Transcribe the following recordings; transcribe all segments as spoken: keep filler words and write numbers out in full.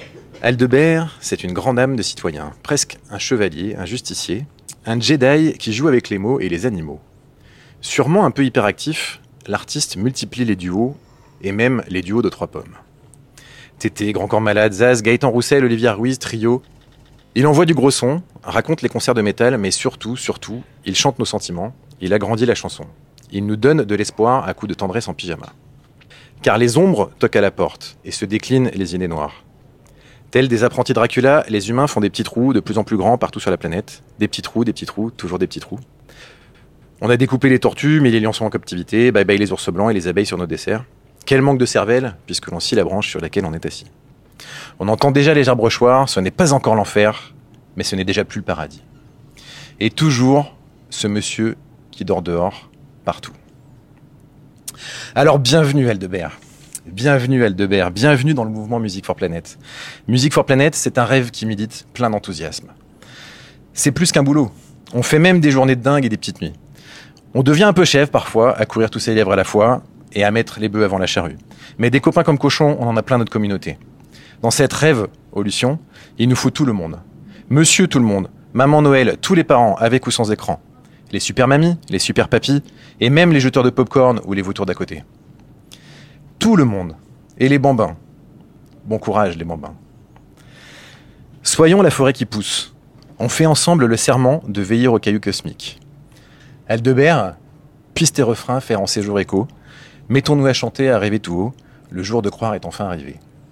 Aldebert, c'est une grande âme de citoyen, presque un chevalier, un justicier, un Jedi qui joue avec les mots et les animaux. Sûrement un peu hyperactif, l'artiste multiplie les duos, et même les duos de trois pommes. Tété, Grand Corps Malade, Zaz, Gaëtan Roussel, Olivier Ruiz, Trio. Il envoie du gros son, raconte les concerts de métal, mais surtout, surtout, il chante nos sentiments, il agrandit la chanson. Il nous donne de l'espoir à coups de tendresse en pyjama. Car les ombres toquent à la porte, et se déclinent les idées noires. Tels des apprentis Dracula, les humains font des petits trous de plus en plus grands partout sur la planète. Des petits trous, des petits trous, toujours des petits trous. On a découpé les tortues, mais les lions sont en captivité, bye bye les ours blancs et les abeilles sur nos desserts. Quel manque de cervelle, puisque l'on scie la branche sur laquelle on est assis. On entend déjà les arbres choirs, ce n'est pas encore l'enfer, mais ce n'est déjà plus le paradis. Et toujours ce monsieur qui dort dehors, partout. Alors bienvenue Aldebert. Bienvenue Aldebert, bienvenue dans le mouvement Music for Planet. Music for Planet, c'est un rêve qui médite plein d'enthousiasme. C'est plus qu'un boulot. On fait même des journées de dingue et des petites nuits. On devient un peu chef parfois, à courir tous ses lièvres à la fois et à mettre les bœufs avant la charrue. Mais des copains comme cochons, on en a plein notre communauté. Dans cette rêve-olution, il nous faut tout le monde. Monsieur tout le monde, maman Noël, tous les parents, avec ou sans écran. Les super mamies, les super papis, et même les jeteurs de popcorn ou les vautours d'à côté. Tout le monde. Et les bambins. Bon courage, les bambins. Soyons la forêt qui pousse. On fait ensemble le serment de veiller aux cailloux cosmiques. Aldebert, puisse tes refrains faire en séjour écho. Mettons-nous à chanter, à rêver tout haut. Le jour de croire est enfin arrivé.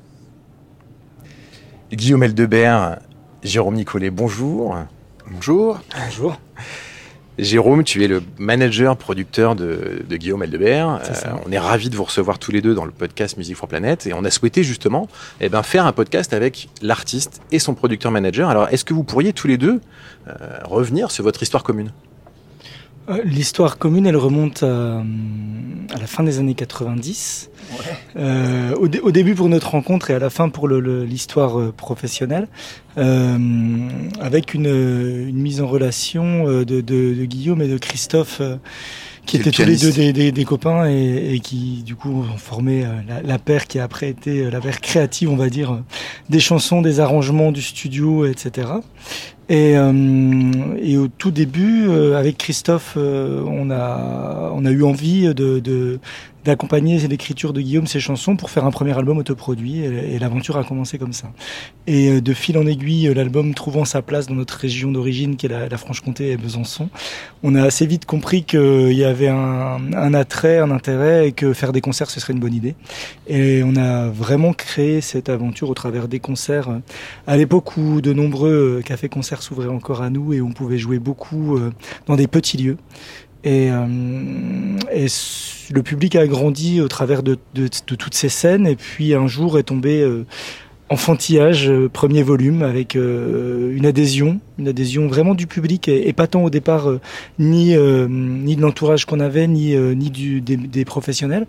Guillaume Aldebert, Jérôme Nicolet, bonjour. Bonjour. Bonjour. Jérôme, tu es le manager producteur de, de Guillaume Aldebert. Euh, on est ravis de vous recevoir tous les deux dans le podcast Music for Planet et on a souhaité justement eh ben, faire un podcast avec l'artiste et son producteur manager. Alors, est-ce que vous pourriez tous les deux euh, revenir sur votre histoire commune ? euh, L'histoire commune, elle remonte à, à la fin des années quatre-vingt-dix. Ouais. Euh, au, dé- au début pour notre rencontre et à la fin pour le, le, l'histoire euh, professionnelle, euh, avec une, une mise en relation euh, de, de, de Guillaume et de Christophe, euh, qui étaient tous les deux des, des, des copains et, et qui du coup ont formé euh, la, la paire qui a après été euh, la paire créative, on va dire, euh, des chansons, des arrangements du studio, et cetera. Et, euh, et au tout début, euh, avec Christophe, euh, on a on a eu envie de, de d'accompagner l'écriture de Guillaume, ses chansons, pour faire un premier album autoproduit, et, et l'aventure a commencé comme ça. Et euh, de fil en aiguille, l'album trouvant sa place dans notre région d'origine, qui est la, la Franche-Comté et Besançon, on a assez vite compris qu'il y avait un, un attrait, un intérêt, et que faire des concerts, ce serait une bonne idée. Et on a vraiment créé cette aventure au travers des concerts, à l'époque où de nombreux cafés-concerts s'ouvrait encore à nous et on pouvait jouer beaucoup euh, dans des petits lieux. Et, euh, et le public a grandi au travers de, de, de toutes ces scènes. Et puis un jour est tombé euh, Enfantillage, euh, premier volume, avec euh, une adhésion, une adhésion vraiment du public et, et pas tant au départ euh, ni euh, ni de l'entourage qu'on avait, ni euh, ni du, des, des professionnels.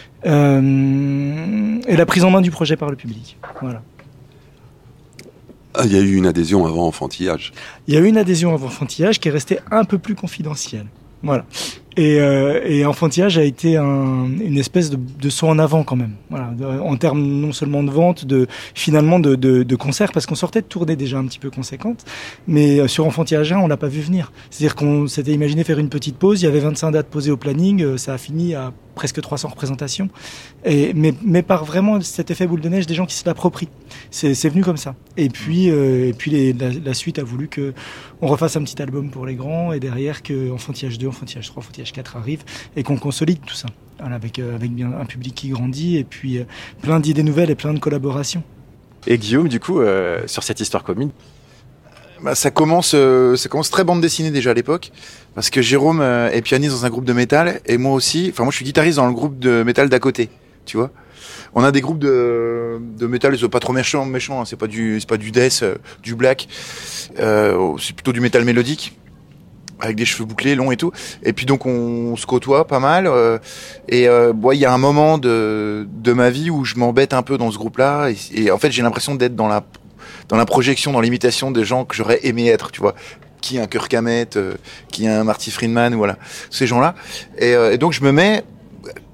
Euh, et la prise en main du projet par le public. Voilà. Ah, il y a eu une adhésion avant Enfantillage. Il y a eu une adhésion avant Enfantillage qui est restée un peu plus confidentielle. Voilà. Et, euh, et Enfantillage a été un, une espèce de, de saut en avant quand même. Voilà. De, en termes non seulement de vente, de finalement de, de, de concerts, parce qu'on sortait de tournées déjà un petit peu conséquentes. Mais sur Enfantillage un, on l'a pas vu venir. C'est-à-dire qu'on s'était imaginé faire une petite pause. Il y avait vingt-cinq dates posées au planning. Ça a fini à presque trois cents représentations. Et, mais, mais par vraiment cet effet boule de neige des gens qui se l'approprient. C'est, c'est venu comme ça. Et puis, euh, et puis les, la, la suite a voulu que on refasse un petit album pour les grands, et derrière que Enfantillage deux, Enfantillage trois, Enfantillage quatre arrive et qu'on consolide tout ça. Voilà, avec, euh, avec bien un public qui grandit et puis euh, plein d'idées nouvelles et plein de collaborations. Et Guillaume, du coup, euh, sur cette histoire commune, bah, ça commence, euh, ça commence très bande dessinée déjà à l'époque, parce que Jérôme euh, est pianiste dans un groupe de métal et moi aussi. Enfin, moi, je suis guitariste dans le groupe de métal d'à côté, tu vois. On a des groupes de de métal, ils sont pas trop méchants, méchants. Hein, c'est pas du, c'est pas du death, euh, du black. Euh, c'est plutôt du métal mélodique, avec des cheveux bouclés, longs et tout. Et puis donc on se côtoie pas mal. Euh, et euh, bon, il y a un moment de de ma vie où je m'embête un peu dans ce groupe-là. Et, et en fait, j'ai l'impression d'être dans la dans la projection, dans l'imitation des gens que j'aurais aimé être, tu vois. Qui est un Kirk Hammett, euh, qui est un Marty Friedman, voilà, ces gens-là. Et, euh, et donc je me mets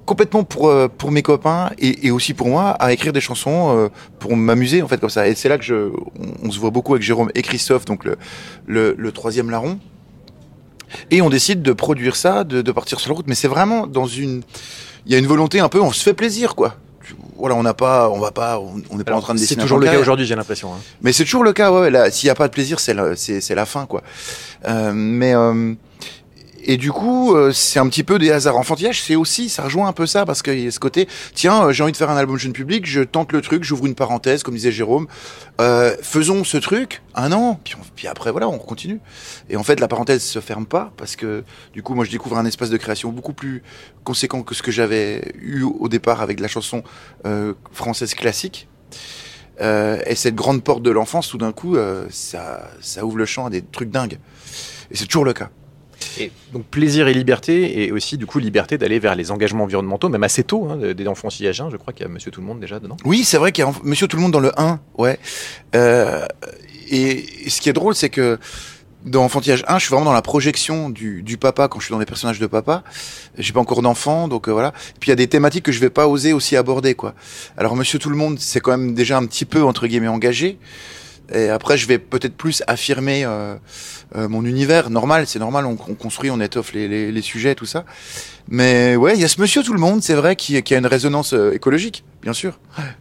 complètement pour euh, pour mes copains et, et aussi pour moi à écrire des chansons euh, pour m'amuser en fait comme ça. Et c'est là que je, on, on se voit beaucoup avec Jérôme et Christophe, donc le le, le troisième larron. Et on décide de produire ça, de, de partir sur la route. Mais c'est vraiment dans une, il y a une volonté un peu, on se fait plaisir quoi. Voilà, on n'a pas, on va pas, on n'est pas en train de dessiner. C'est toujours le cas aujourd'hui, j'ai l'impression. Hein. Mais c'est toujours le cas, ouais. Là, s'il n'y a pas de plaisir, c'est la, c'est, c'est la fin, quoi. Euh, mais euh, et du coup, euh, c'est un petit peu des hasards. Enfantillage, c'est aussi, ça rejoint un peu ça parce qu'il y a ce côté. Tiens, euh, j'ai envie de faire un album jeune public, je tente le truc, j'ouvre une parenthèse, comme disait Jérôme. Euh, faisons ce truc un an, puis, on, puis après voilà, on continue. Et en fait, la parenthèse se ferme pas parce que du coup, moi, je découvre un espace de création beaucoup plus conséquent que ce que j'avais eu au départ avec la chanson euh, française classique. Euh, et cette grande porte de l'enfance, tout d'un coup, euh, ça, ça ouvre le champ à des trucs dingues. Et c'est toujours le cas. Et donc plaisir et liberté, et aussi du coup liberté d'aller vers les engagements environnementaux, même assez tôt, hein, dès Enfantillage un, je crois qu'il y a Monsieur Tout le Monde déjà dedans. Oui, c'est vrai qu'il y a Monsieur Tout le Monde dans le un, ouais. Euh, et, et ce qui est drôle, c'est que dans Enfantillage un, je suis vraiment dans la projection du, du papa quand je suis dans les personnages de papa. J'ai pas encore d'enfant, donc euh, voilà. Et puis il y a des thématiques que je vais pas oser aussi aborder, quoi. Alors Monsieur Tout le Monde, c'est quand même déjà un petit peu entre guillemets engagé. Et après, je vais peut-être plus affirmer euh, euh, mon univers. Normal, c'est normal, on, on construit, on étoffe les, les, les sujets, tout ça. Mais ouais, il y a ce Monsieur Tout le Monde, c'est vrai, qui, qui a une résonance euh, écologique, bien sûr.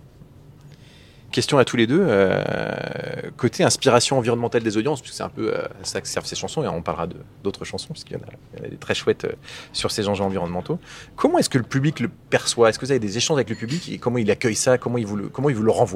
Question à tous les deux. Euh, côté inspiration environnementale des audiences, puisque c'est un peu euh, ça que servent ces chansons, et on parlera de, d'autres chansons, parce qu'il y en a, il y en a des très chouettes euh, sur ces enjeux environnementaux. Comment est-ce que le public le perçoit ? Est-ce que vous avez des échanges avec le public et comment il accueille ça ? Comment il vous le, comment il vous le renvoie ?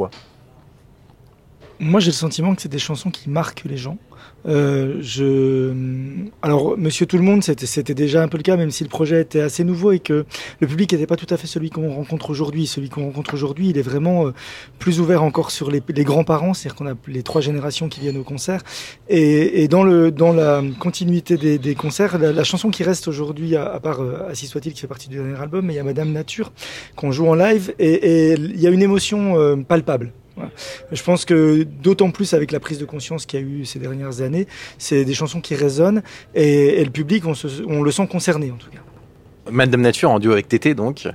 Moi, j'ai le sentiment que c'est des chansons qui marquent les gens. Euh, je... Alors, Monsieur Tout le Monde, c'était, c'était déjà un peu le cas, même si le projet était assez nouveau et que le public n'était pas tout à fait celui qu'on rencontre aujourd'hui. Celui qu'on rencontre aujourd'hui, il est vraiment euh, plus ouvert encore sur les, les grands-parents, c'est-à-dire qu'on a les trois générations qui viennent au concert. Et, et dans, le, dans la continuité des, des concerts, la, la chanson qui reste aujourd'hui, à, à part euh, Ainsi soit-il, qui fait partie du dernier album, mais il y a Madame Nature, qu'on joue en live, et, et il y a une émotion euh, palpable. Ouais. Je pense que d'autant plus avec la prise de conscience qu'il y a eu ces dernières années, c'est des chansons qui résonnent et, et le public, on, se, on le sent concerné en tout cas. Madame Nature en duo avec Tété donc,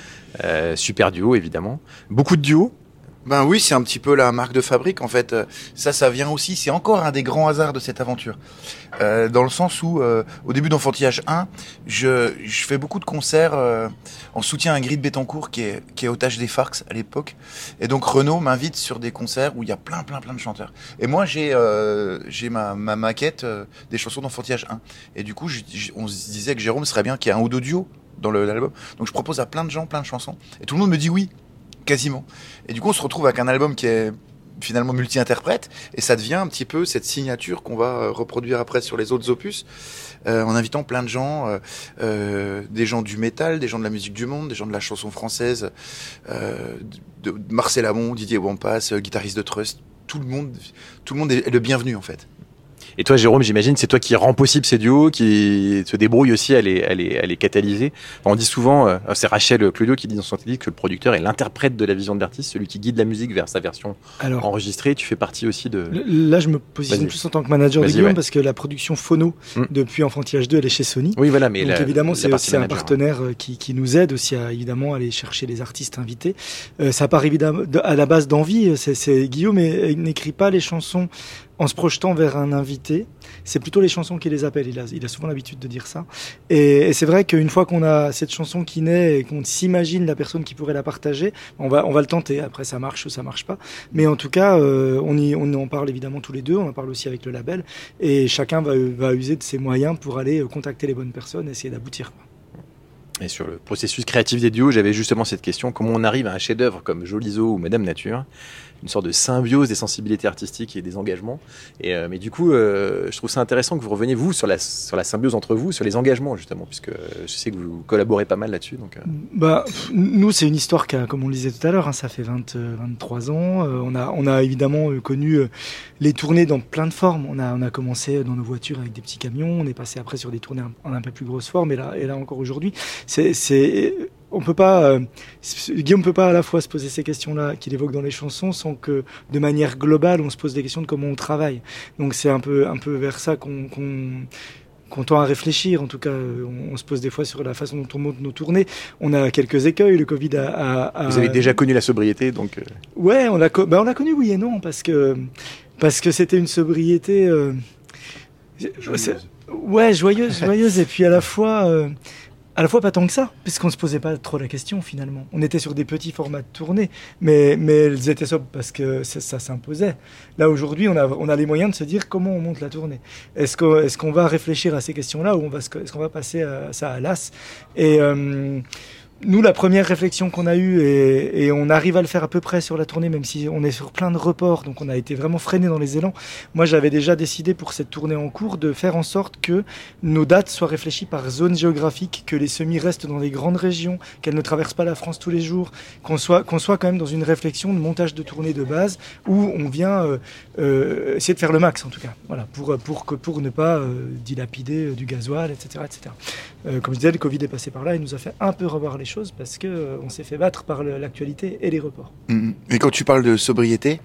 euh, super duo évidemment. Beaucoup de duos. Ben oui, c'est un petit peu la marque de fabrique en fait. Ça, ça vient aussi, c'est encore un des grands hasards de cette aventure. Euh, dans le sens où, euh, au début d'Enfantillage un, je, je fais beaucoup de concerts euh, en soutien à Ingrid Betancourt qui est, qui est otage des Farcs à l'époque. Et donc Renaud m'invite sur des concerts où il y a plein, plein, plein de chanteurs. Et moi, j'ai, euh, j'ai ma, ma maquette euh, des chansons d'Enfantillage un. Et du coup, je, je, on se disait que Jérôme serait bien qu'il y ait un ou deux duos dans le, l'album. Donc je propose à plein de gens, plein de chansons. Et tout le monde me dit oui. Quasiment. Et du coup, on se retrouve avec un album qui est finalement multi-interprète, et ça devient un petit peu cette signature qu'on va reproduire après sur les autres opus, euh, en invitant plein de gens, euh, euh, des gens du métal, des gens de la musique du monde, des gens de la chanson française, euh, de, de Marcel Amont, Didier Wampas, euh, guitariste de Trust, tout le monde, tout le monde est le bienvenu en fait. Et toi, Jérôme, j'imagine, c'est toi qui rend possible ces duos, qui se débrouille aussi à les, à les, à les catalyser. Enfin, on dit souvent, euh, c'est Rachel Clodio qui dit dans son article que le producteur est l'interprète de la vision de l'artiste, celui qui guide la musique vers sa version Alors, enregistrée. Tu fais partie aussi de... Là, je me positionne Vas-y. plus en tant que manager Vas-y, de Guillaume, ouais. parce que la production phono, mm. depuis Enfantillage deux, elle est chez Sony. Oui, voilà, mais donc la, évidemment, la c'est aussi un partenaire hein. qui, qui nous aide aussi à, évidemment, aller chercher les artistes invités. Euh, ça part évidemment à la base d'envie. C'est, c'est, Guillaume est, n'écrit pas les chansons en se projetant vers un invité, c'est plutôt les chansons qui les appellent. Il a, il a souvent l'habitude de dire ça. Et, et c'est vrai qu'une fois qu'on a cette chanson qui naît et qu'on s'imagine la personne qui pourrait la partager, on va, on va le tenter. Après, ça marche ou ça marche pas. Mais en tout cas, euh, on, y, on en parle évidemment tous les deux. On en parle aussi avec le label. Et chacun va, va user de ses moyens pour aller contacter les bonnes personnes et essayer d'aboutir. Et sur le processus créatif des duos, j'avais justement cette question. Comment on arrive à un chef-d'œuvre comme Jolizo ou Madame Nature ? Une sorte de symbiose des sensibilités artistiques et des engagements. Et, euh, mais du coup, euh, je trouve ça intéressant que vous reveniez, vous, sur la, sur la symbiose entre vous, sur les engagements, justement, puisque je sais que vous collaborez pas mal là-dessus. Donc, euh... bah, nous, c'est une histoire qui a, comme on le disait tout à l'heure, hein, ça fait vingt, vingt-trois ans. Euh, on, a, on a évidemment euh, connu euh, les tournées dans plein de formes. On a, on a commencé dans nos voitures avec des petits camions, on est passé après sur des tournées en un peu plus grosse forme, et là, et là encore aujourd'hui. C'est... c'est On peut pas, euh, Guillaume peut pas à la fois se poser ces questions-là qu'il évoque dans les chansons sans que, de manière globale, on se pose des questions de comment on travaille. Donc c'est un peu, un peu vers ça qu'on, qu'on, qu'on tend à réfléchir. En tout cas, on, on se pose des fois sur la façon dont on monte nos tournées. On a quelques écueils. Le Covid a... a, a... Vous avez déjà connu la sobriété, donc... Euh... Ouais, on l'a co- bah, on l'a connu, oui et non, parce que, parce que c'était une sobriété... Euh... Joyeuse. Ouais, joyeuse, joyeuse, et puis à la fois... Euh... À la fois pas tant que ça, puisqu'on se posait pas trop la question finalement. On était sur des petits formats de tournée, mais, mais elles étaient sobres parce que ça, ça s'imposait. Là aujourd'hui, on a, on a les moyens de se dire comment on monte la tournée. Est-ce qu'on, est-ce qu'on va réfléchir à ces questions-là ou on va, est-ce qu'on va passer à, ça à l'as? Et euh, nous, la première réflexion qu'on a eue, et, et on arrive à le faire à peu près sur la tournée, même si on est sur plein de reports, donc on a été vraiment freiné dans les élans. Moi, j'avais déjà décidé pour cette tournée en cours de faire en sorte que nos dates soient réfléchies par zone géographique, que les semis restent dans les grandes régions, qu'elles ne traversent pas la France tous les jours, qu'on soit, qu'on soit quand même dans une réflexion de montage de tournée de base où on vient euh, euh, essayer de faire le max, en tout cas, voilà, pour, pour, que, pour ne pas euh, dilapider du gasoil, et cetera, et cetera. Euh, comme je disais, le Covid est passé par là, il nous a fait un peu revoir les choses parce que euh, on s'est fait battre par le, l'actualité et les reports. Mmh. Et quand tu parles de sobriété,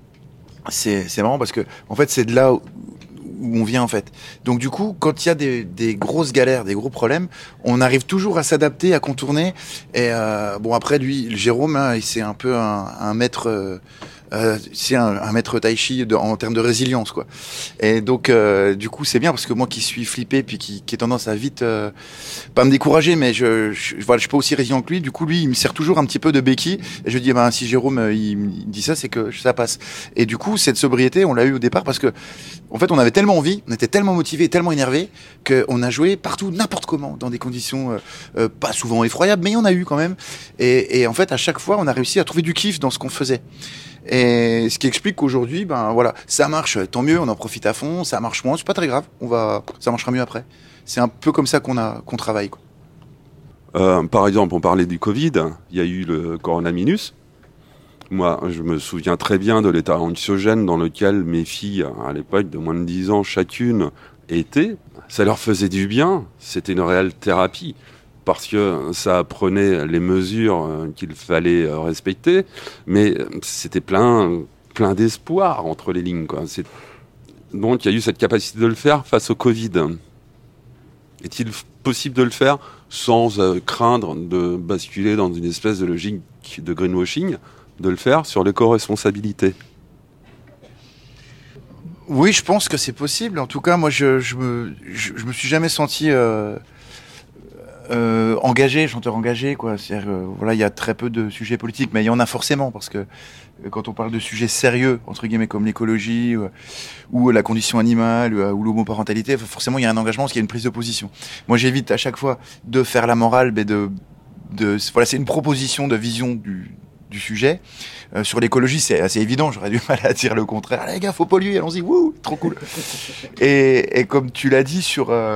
c'est, c'est marrant parce que en fait c'est de là où, où on vient en fait. Donc du coup, quand il y a des, des grosses galères, des gros problèmes, on arrive toujours à s'adapter, à contourner. Et euh, bon après lui, Jérôme, hein, c'est un peu un, un maître. Euh, Euh, c'est un, un maître tai chi de, en termes de résilience, quoi. Et donc, euh, du coup, c'est bien parce que moi qui suis flippé puis qui, qui ai tendance à vite, euh, pas me décourager, mais je, je, voilà, je suis pas aussi résilient que lui. Du coup, lui, il me sert toujours un petit peu de béquille. Et je dis, ben, si Jérôme, il, il dit ça, c'est que ça passe. Et du coup, cette sobriété, on l'a eu au départ parce que, en fait, on avait tellement envie, on était tellement motivé, tellement énervé qu'on a joué partout, n'importe comment, dans des conditions euh, euh, pas souvent effroyables, mais il y en a eu quand même. Et, et en fait, à chaque fois, on a réussi à trouver du kiff dans ce qu'on faisait. Et ce qui explique qu'aujourd'hui, ben voilà, ça marche, tant mieux, on en profite à fond. Ça marche moins, c'est pas très grave. On va, ça marchera mieux après. C'est un peu comme ça qu'on a, qu'on travaille, quoi. Euh, par exemple, on parlait du Covid. Il y a eu le coronavirus. Moi, je me souviens très bien de l'état anxiogène dans lequel mes filles, à l'époque de moins de dix ans chacune, étaient. Ça leur faisait du bien. C'était une réelle thérapie. Parce que ça apprenait les mesures qu'il fallait respecter, mais c'était plein, plein d'espoir entre les lignes, quoi. C'est... Donc il y a eu cette capacité de le faire face au Covid. Est-il possible de le faire sans euh, craindre de basculer dans une espèce de logique de greenwashing, de le faire sur l'éco-responsabilité? Oui, je pense que c'est possible. En tout cas, moi, je, je me, je, je me suis jamais senti euh, euh, engagé, chanteur engagé, quoi. C'est-à-dire, euh, voilà, il y a très peu de sujets politiques, mais il y en a forcément parce que euh, quand on parle de sujets sérieux, entre guillemets, comme l'écologie ou, ou la condition animale ou, ou l'homoparentalité, forcément, il y a un engagement parce qu'il y a une prise de position. Moi, j'évite à chaque fois de faire la morale, mais de, de, voilà, c'est une proposition de vision du du sujet. Euh, sur l'écologie, c'est assez évident, j'aurais du mal à dire le contraire. Allez les gars, faut polluer, allons-y, wouh, trop cool. et, et comme tu l'as dit sur, euh,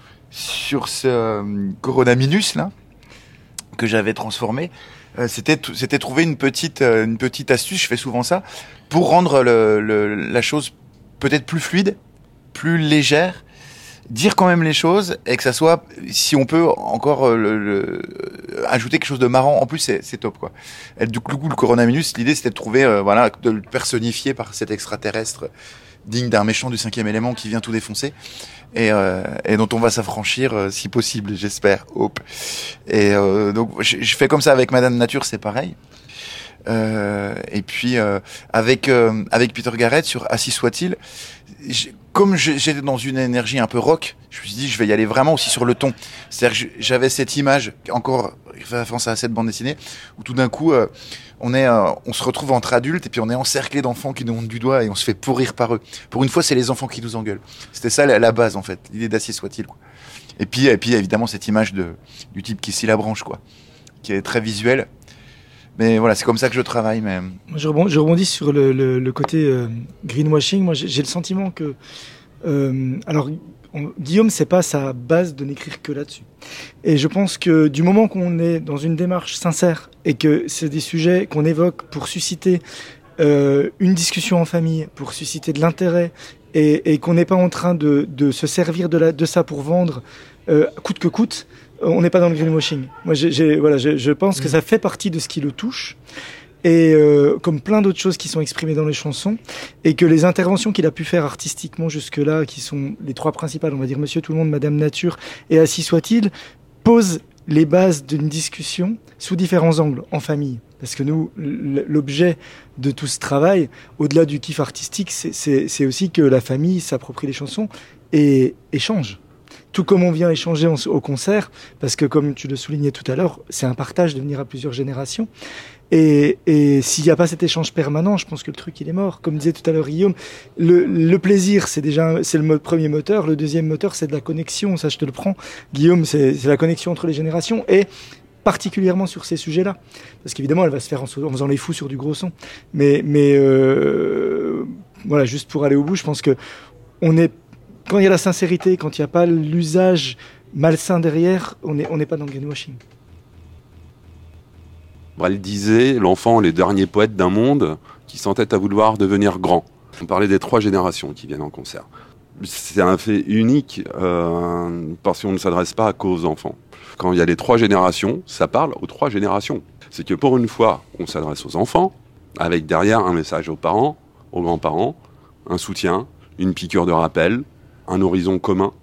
sur ce euh, coronavirus, là, que j'avais transformé, euh, c'était, t- c'était trouver une petite, euh, une petite astuce, je fais souvent ça, pour rendre le, le, la chose peut-être plus fluide, plus légère, dire quand même les choses et que ça soit, si on peut encore euh, le, le, ajouter quelque chose de marrant en plus, c'est, c'est top, quoi. Et du coup le coronavirus, l'idée c'était de trouver euh, voilà, de le personnifier par cet extraterrestre digne d'un méchant du cinquième élément qui vient tout défoncer et, euh, et dont on va s'affranchir euh, si possible, j'espère. Hop. Et euh, donc je, je fais comme ça avec Madame Nature, c'est pareil. Euh, et puis euh, avec euh, avec Peter Garrett sur Assis soit-il, j'ai, comme j'étais dans une énergie un peu rock, je me suis dit je vais y aller vraiment aussi sur le ton. C'est-à-dire que j'avais cette image encore référence à cette bande dessinée où tout d'un coup euh, on est euh, on se retrouve entre adultes et puis on est encerclé d'enfants qui nous montrent du doigt et on se fait pourrir par eux. Pour une fois, c'est les enfants qui nous engueulent. C'était ça la, la base en fait, l'idée d'Assis soit-il, quoi. Et puis et puis évidemment cette image de du type qui scie la branche, quoi, qui est très visuelle. Mais voilà, c'est comme ça que je travaille. Mais... Je rebondis, je rebondis sur le, le, le côté euh, greenwashing. Moi, j'ai, j'ai le sentiment que... Euh, alors, on, Guillaume, c'est pas sa base de n'écrire que là-dessus. Et je pense que du moment qu'on est dans une démarche sincère et que c'est des sujets qu'on évoque pour susciter euh, une discussion en famille, pour susciter de l'intérêt, et, et qu'on n'est pas en train de, de se servir de, la, de ça pour vendre euh, coûte que coûte, on n'est pas dans le greenwashing. Moi, j'ai, j'ai, voilà, je, je pense que ça fait partie de ce qui le touche. et euh, comme plein d'autres choses qui sont exprimées dans les chansons, et que les interventions qu'il a pu faire artistiquement jusque-là, qui sont les trois principales, on va dire Monsieur Tout le Monde, Madame Nature et Ainsi soit-il, posent les bases d'une discussion sous différents angles, en famille. Parce que nous, l'objet de tout ce travail, au-delà du kiff artistique, c'est, c'est, c'est aussi que la famille s'approprie les chansons et échange. Tout comme on vient échanger en, au concert, parce que comme tu le soulignais tout à l'heure, c'est un partage de venir à plusieurs générations. Et, et s'il n'y a pas cet échange permanent, je pense que le truc il est mort. Comme disait tout à l'heure Guillaume, le, le plaisir c'est déjà c'est le mo- premier moteur. Le deuxième moteur c'est de la connexion. Ça je te le prends, Guillaume, c'est, c'est la connexion entre les générations et particulièrement sur ces sujets-là, parce qu'évidemment elle va se faire en, en faisant les fous sur du gros son. Mais mais euh, voilà, juste pour aller au bout, je pense que on est quand il y a la sincérité, quand il n'y a pas l'usage malsain derrière, on n'est on n'est pas dans le greenwashing. Brel disait, l'enfant est le dernier poète d'un monde qui s'entête à vouloir devenir grand. On parlait des trois générations qui viennent en concert. C'est un fait unique euh, parce qu'on ne s'adresse pas qu'aux enfants. Quand il y a les trois générations, ça parle aux trois générations. C'est que pour une fois, on s'adresse aux enfants, avec derrière un message aux parents, aux grands-parents, un soutien, une piqûre de rappel, un horizon commun.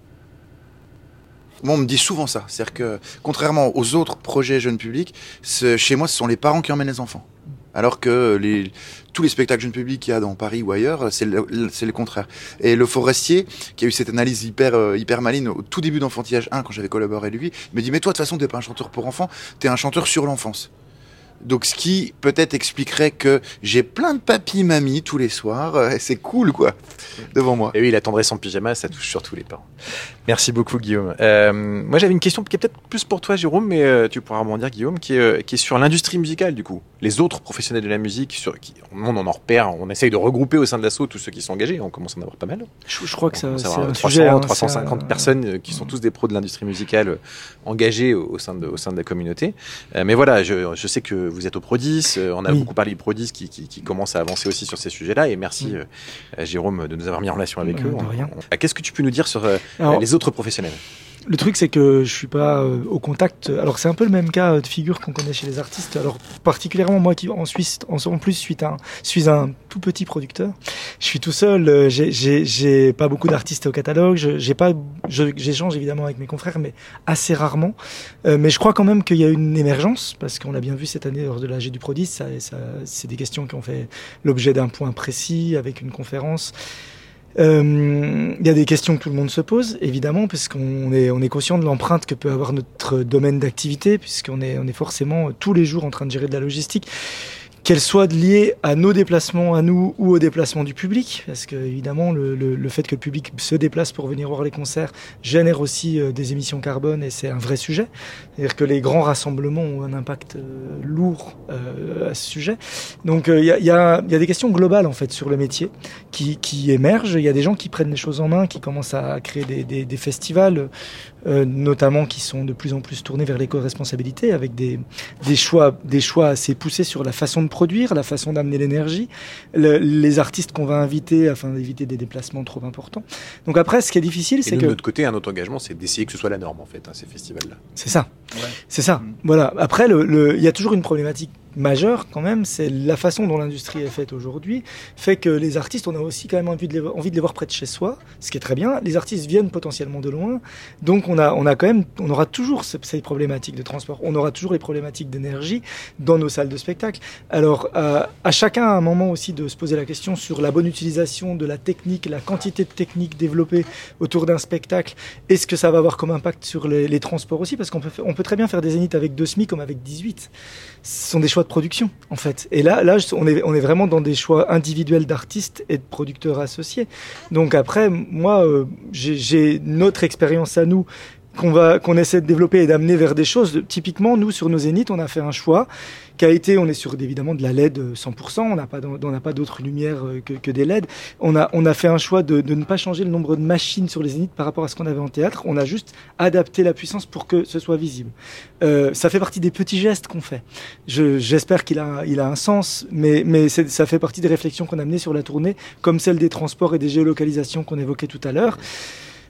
Moi, on me dit souvent ça. C'est-à-dire que, contrairement aux autres projets jeunes publics, ce, chez moi, ce sont les parents qui emmènent les enfants. Alors que les, tous les spectacles jeunes publics qu'il y a dans Paris ou ailleurs, c'est le, c'est le contraire. Et Le Forestier, qui a eu cette analyse hyper, euh, hyper maligne au tout début d'Enfantillage un, quand j'avais collaboré avec lui, me dit « Mais toi, de toute façon, t'es pas un chanteur pour enfants, t'es un chanteur sur l'enfance. » Donc, ce qui peut-être expliquerait que j'ai plein de papy-mamie tous les soirs, euh, et c'est cool, quoi, devant moi. Et oui, la tendresse en pyjama, ça touche surtout les parents. Merci beaucoup, Guillaume. Euh, moi, j'avais une question qui est peut-être plus pour toi, Jérôme, mais euh, tu pourras rebondir, Guillaume, qui est, euh, qui est sur l'industrie musicale, du coup. Les autres professionnels de la musique, sur qui on en repère, on essaye de regrouper au sein de l'assaut tous ceux qui sont engagés, on commence à en avoir pas mal. Je, je crois que ça, c'est un trois cents, sujet, hein, trois cent cinquante un... personnes euh, qui sont tous des pros de l'industrie musicale euh, engagés au, au, sein de, au sein de la communauté. Euh, mais voilà, je, je sais que vous êtes au Prodis, euh, on a oui. beaucoup parlé du Prodis qui, qui, qui commence à avancer aussi sur ces sujets-là, et merci oui. euh, à Jérôme de nous avoir mis en relation avec euh, eux. On, rien. On, qu'est-ce que tu peux nous dire sur euh, Alors, les autres professionnels ? Le truc, c'est que je suis pas euh, au contact. Alors, c'est un peu le même cas de figure qu'on connaît chez les artistes. Alors, particulièrement moi qui en Suisse, en, en plus, suis un, suis un tout petit producteur. Je suis tout seul. Euh, j'ai, j'ai, j'ai pas beaucoup d'artistes au catalogue. Je, j'ai pas, je, j'échange évidemment avec mes confrères, mais assez rarement. Euh, mais je crois quand même qu'il y a une émergence, parce qu'on l'a bien vu cette année lors de l'A G du Prodis. Ça, ça, c'est des questions qui ont fait l'objet d'un point précis avec une conférence. Il euh, y a des questions que tout le monde se pose, évidemment, puisqu'on est, on est conscient de l'empreinte que peut avoir notre domaine d'activité, puisqu'on est, on est forcément tous les jours en train de gérer de la logistique, qu'elle soit liée à nos déplacements à nous ou au déplacement du public, parce que évidemment le, le, le fait que le public se déplace pour venir voir les concerts génère aussi euh, des émissions carbone, et c'est un vrai sujet. C'est-à-dire que les grands rassemblements ont un impact euh, lourd euh, à ce sujet. Donc il euh, y, a, y, a, y a des questions globales en fait sur le métier qui, qui émergent. Il y a des gens qui prennent les choses en main, qui commencent à créer des, des, des festivals, euh, notamment qui sont de plus en plus tournés vers l'éco-responsabilité, avec des, des choix, des choix assez poussés sur la façon de produire, la façon d'amener l'énergie, le, les artistes qu'on va inviter afin d'éviter des déplacements trop importants. Donc après, ce qui est difficile, et c'est nous, que... de notre côté, un autre engagement, c'est d'essayer que ce soit la norme, en fait, hein, ces festivals-là. C'est ça. Ouais. C'est ça. Mmh. Voilà. Après, le, le, il y a toujours une problématique majeure quand même, c'est la façon dont l'industrie est faite aujourd'hui, fait que les artistes, on a aussi quand même envie de les, envie de les voir près de chez soi, ce qui est très bien. Les artistes viennent potentiellement de loin, donc on a, on a quand même, on aura toujours ce, ces problématiques de transport, on aura toujours les problématiques d'énergie dans nos salles de spectacle. Alors, euh, à chacun à un moment aussi de se poser la question sur la bonne utilisation de la technique, la quantité de techniques développées autour d'un spectacle. Est-ce que ça va avoir comme impact sur les, les transports aussi, parce qu'on peut, on peut très bien faire des zéniths avec deux S M I comme avec dix-huit. Ce sont des choix de production, en fait. Et là, là, on est, on est vraiment dans des choix individuels d'artistes et de producteurs associés. Donc après, moi, euh, j'ai, j'ai notre expérience à nous qu'on va, qu'on essaie de développer et d'amener vers des choses. Typiquement, nous, sur nos zéniths, on a fait un choix qui a été, on est sur évidemment de la L E D cent pour cent, on n'a pas, on n'a pas d'autres lumières que, que des L E D. On a, on a fait un choix de, de ne pas changer le nombre de machines sur les zéniths par rapport à ce qu'on avait en théâtre. On a juste adapté la puissance pour que ce soit visible. Euh, ça fait partie des petits gestes qu'on fait. Je, j'espère qu'il a, il a un sens, mais, mais c'est, ça fait partie des réflexions qu'on a menées sur la tournée, comme celle des transports et des géolocalisations qu'on évoquait tout à l'heure.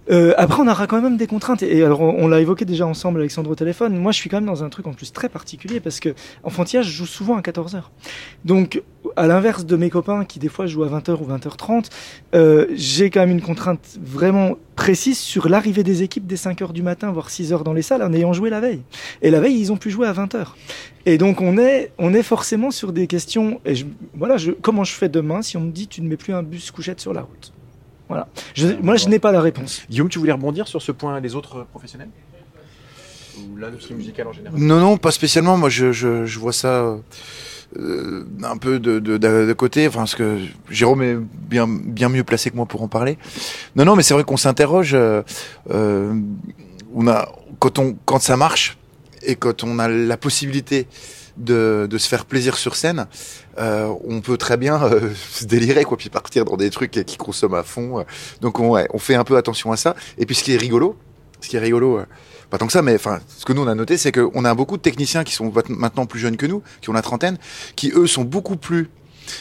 Euh, après, on aura quand même des contraintes. Et, et alors, on, on l'a évoqué déjà ensemble, Alexandre, au téléphone. Moi, je suis quand même dans un truc en plus très particulier parce que enfantillage, je joue souvent à quatorze heures. Donc, à l'inverse de mes copains qui, des fois, jouent à vingt heures ou vingt heures trente, euh, j'ai quand même une contrainte vraiment précise sur l'arrivée des équipes dès cinq heures du matin, voire six heures dans les salles, en ayant joué la veille. Et la veille, ils ont pu jouer à vingt heures. Et donc, on est, on est forcément sur des questions. Et je, voilà, je, comment je fais demain si on me dit tu ne mets plus un bus couchette sur la route? Voilà. Je, moi, je n'ai pas la réponse. Guillaume, tu voulais rebondir sur ce point, les autres professionnels ou l'industrie musicale en général? Non, non, pas spécialement. Moi, je, je, je vois ça euh, un peu de, de, de, de côté. Enfin, parce que Jérôme est bien, bien mieux placé que moi pour en parler. Non, non, mais c'est vrai qu'on s'interroge. Euh, euh, on a, quand on, quand ça marche et quand on a la possibilité de, de se faire plaisir sur scène, euh, on peut très bien euh, se délirer, quoi, puis partir dans des trucs qui consomment à fond. Donc on, ouais, on fait un peu attention à ça. Et puis ce qui est rigolo, ce qui est rigolo, euh, pas tant que ça, mais enfin, ce que nous on a noté, c'est qu'on a beaucoup de techniciens qui sont maintenant plus jeunes que nous, qui ont la trentaine, qui eux sont beaucoup plus,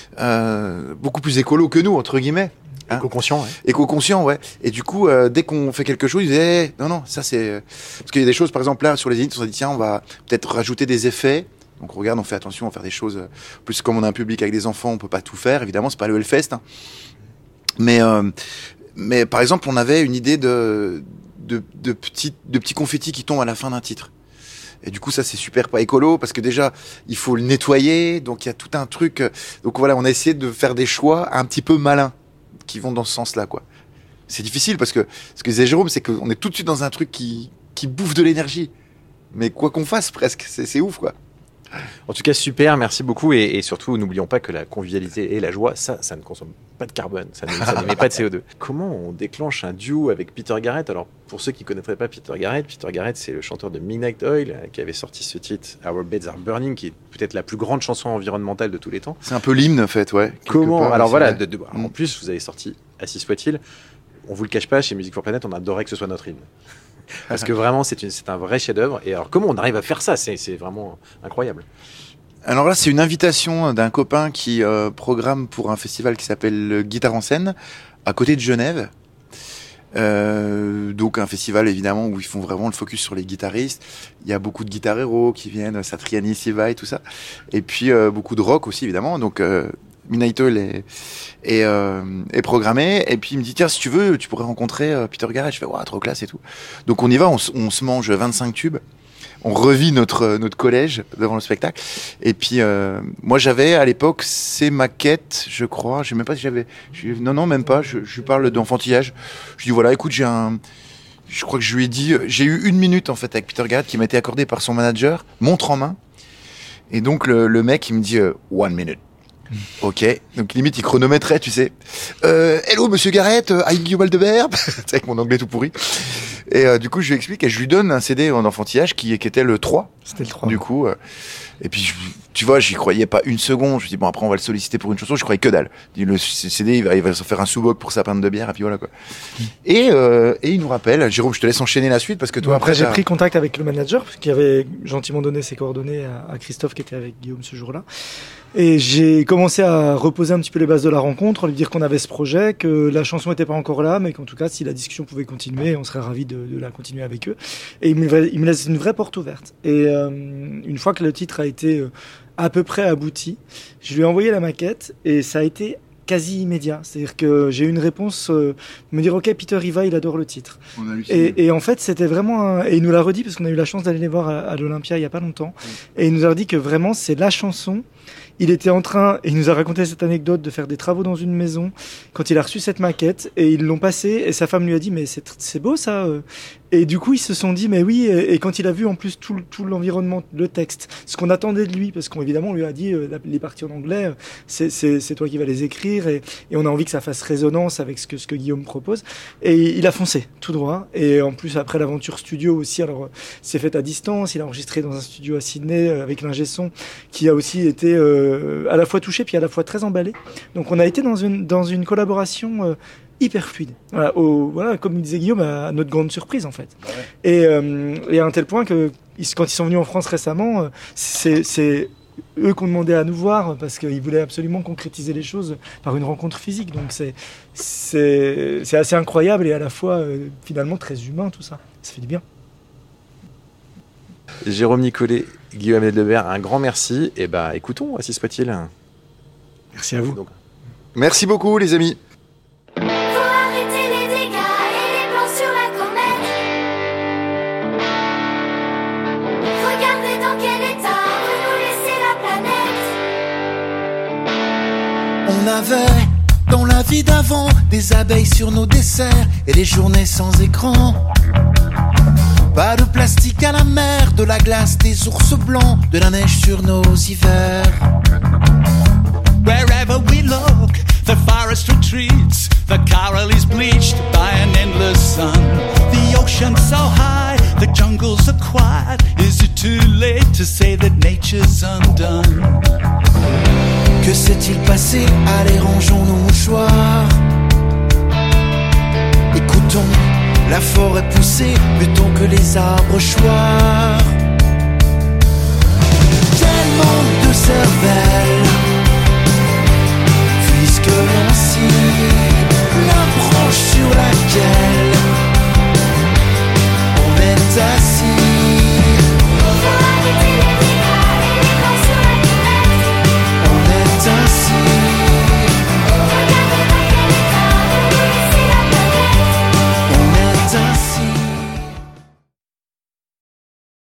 euh, beaucoup plus écolos que nous, entre guillemets. Hein, éco-conscient, ouais. Éco-conscient, ouais. Et du coup, euh, dès qu'on fait quelque chose, ils disent, hey, non, non, ça c'est, parce qu'il y a des choses, par exemple là sur les Zéniths, on s'est dit tiens, on va peut-être rajouter des effets. Donc on regarde, on fait attention à faire des choses. Plus comme on a un public avec des enfants, on peut pas tout faire. Évidemment, c'est pas le Hellfest. Hein. Mais euh, mais par exemple, on avait une idée de de de petits de petits confettis qui tombent à la fin d'un titre. Et du coup, ça c'est super pas écolo parce que déjà il faut le nettoyer. Donc il y a tout un truc. Donc voilà, on a essayé de faire des choix un petit peu malins qui vont dans ce sens-là, quoi. C'est difficile parce que ce que disait Jérôme, c'est qu'on est tout de suite dans un truc qui qui bouffe de l'énergie. Mais quoi qu'on fasse, presque, c'est c'est ouf, quoi. En tout cas, super, merci beaucoup. Et, et surtout, n'oublions pas que la convivialité et la joie, ça, ça ne consomme pas de carbone, ça ne- ça n'émet pas de C O deux. Comment on déclenche un duo avec Peter Garrett? Alors, pour ceux qui ne connaîtraient pas Peter Garrett, Peter Garrett, c'est le chanteur de Midnight Oil euh, qui avait sorti ce titre Our Beds Are Burning, qui est peut-être la plus grande chanson environnementale de tous les temps. C'est un peu l'hymne, en fait, ouais. quelque Comment part, Alors c'est voilà, vrai. de- de- alors, Mm. en plus, vous avez sorti Assis soit-il. On vous le cache pas, chez Music for Planet, on adorait que ce soit notre hymne. Parce que vraiment, c'est une- c'est un vrai chef-d'œuvre. Et alors, comment on arrive à faire ça? C'est c'est vraiment incroyable. Alors là, c'est une invitation d'un copain qui euh, programme pour un festival qui s'appelle Guitare en scène, à côté de Genève. Euh, donc un festival évidemment où ils font vraiment le focus sur les guitaristes. Il y a beaucoup de guitar héros qui viennent, Satriani, Siva et tout ça. Et puis euh, beaucoup de rock aussi évidemment. Donc euh, Midnight Oil est, est, euh, est programmé. Et puis il me dit tiens si tu veux tu pourrais rencontrer euh, Peter Garrett. Je fais ouais trop classe et tout. Donc on y va, on, s- on se mange vingt-cinq tubes. On revit notre notre collège devant le spectacle. Et puis euh, moi j'avais à l'époque ces maquettes, je crois. Je sais même pas si j'avais. je- Non non même pas. Je, je lui parle d'enfantillage. Je dis voilà écoute j'ai un. Je crois que je lui ai dit j'ai eu une minute en fait avec Peter Garrett qui m'a été accordée par son manager, montre en main. Et donc le, le mec il me dit euh, one minute. Ok, donc limite il chronométrait, tu sais. Euh, hello Monsieur Garrett, euh, I Guillaume Aldebert, c'est avec mon anglais tout pourri. Et euh, du coup je lui explique et je lui donne un C D en enfantillage qui, qui était le trois. C'était le trois. Du coup, euh, et puis je- tu vois, j'y croyais pas une seconde. Je me dis bon après on va le solliciter pour une chanson. Je croyais que dalle. Je dis, le C D il va, il va se faire un sous-boc pour sa pinte de bière et puis voilà quoi. Et euh, et il nous rappelle, Jérôme, je te laisse enchaîner la suite parce que toi Bon, après, j'ai t'as- pris contact avec le manager qui avait gentiment donné ses coordonnées à, à Christophe qui était avec Guillaume ce jour-là. Et j'ai commencé à reposer un petit peu les bases de la rencontre, lui dire qu'on avait ce projet, que la chanson n'était pas encore là, mais qu'en tout cas, si la discussion pouvait continuer, on serait ravis de, de la continuer avec eux. Et il me, il me laisse une vraie porte ouverte. Et euh, une fois que le titre a été euh, à peu près abouti, je lui ai envoyé la maquette et ça a été quasi immédiat. C'est-à-dire que j'ai eu une réponse, euh, me dire ok Peter il va, il adore le titre. on a halluciné. Et, et en fait, c'était vraiment un... Et il nous l'a redit parce qu'on a eu la chance d'aller les voir à, à l'Olympia il y a pas longtemps. Et il nous a dit que vraiment, c'est la chanson. Il était en train, et il nous a raconté cette anecdote, de faire des travaux dans une maison quand il a reçu cette maquette. Et ils l'ont passée. Et sa femme lui a dit, mais c'est, tr- c'est beau ça. euh. Et du coup, ils se sont dit, mais oui. Et, et quand il a vu en plus tout, le- tout l'environnement, le texte, ce qu'on attendait de lui, parce qu'évidemment, on lui a dit, euh, la- les parties en anglais, euh, c'est, c'est, c'est toi qui vas les écrire. Et, et on a envie que ça fasse résonance avec ce que, ce que Guillaume propose. Et il a foncé tout droit. Et en plus, après l'aventure studio aussi, alors euh, c'est fait à distance. Il a enregistré dans un studio à Sydney euh, avec l'ingé son qui a aussi été euh, à la fois touché puis à la fois très emballé. Donc on a été dans une dans une collaboration euh, hyper fluide. Voilà, au, voilà, comme il disait Guillaume, à notre grande surprise en fait. Et, euh, et à un tel point que ils- quand ils sont venus en France récemment, euh, c'est c'est eux qu'on demandait à nous voir parce qu'ils voulaient absolument concrétiser les choses par une rencontre physique. Donc c'est, c'est, c'est assez incroyable et à la fois euh, finalement très humain tout ça. Ça fait du bien. Jérôme Nicolet, Guillaume Edlebert, un grand merci. Et bah écoutons, ainsi soit-il. Merci à vous. Donc, Merci beaucoup les amis. Faut arrêter les dégâts et les plans sur la comète. Regardez dans quel état veut nous laisser la planète. On avait, dans la vie d'avant, des abeilles sur nos desserts et les journées sans écran. Pas de plastique à la mer, de la glace, des ours blancs, de la neige sur nos hivers. Wherever we look, the forest retreats, the coral is bleached by an endless sun. The ocean's so high, the jungles are quiet. Is it too late to say that nature's undone? Que s'est-il passé? Allez, rangeons nos mouchoirs. Écoutons la forêt pousser plutôt que les arbres choir. Quel manque de cervelle!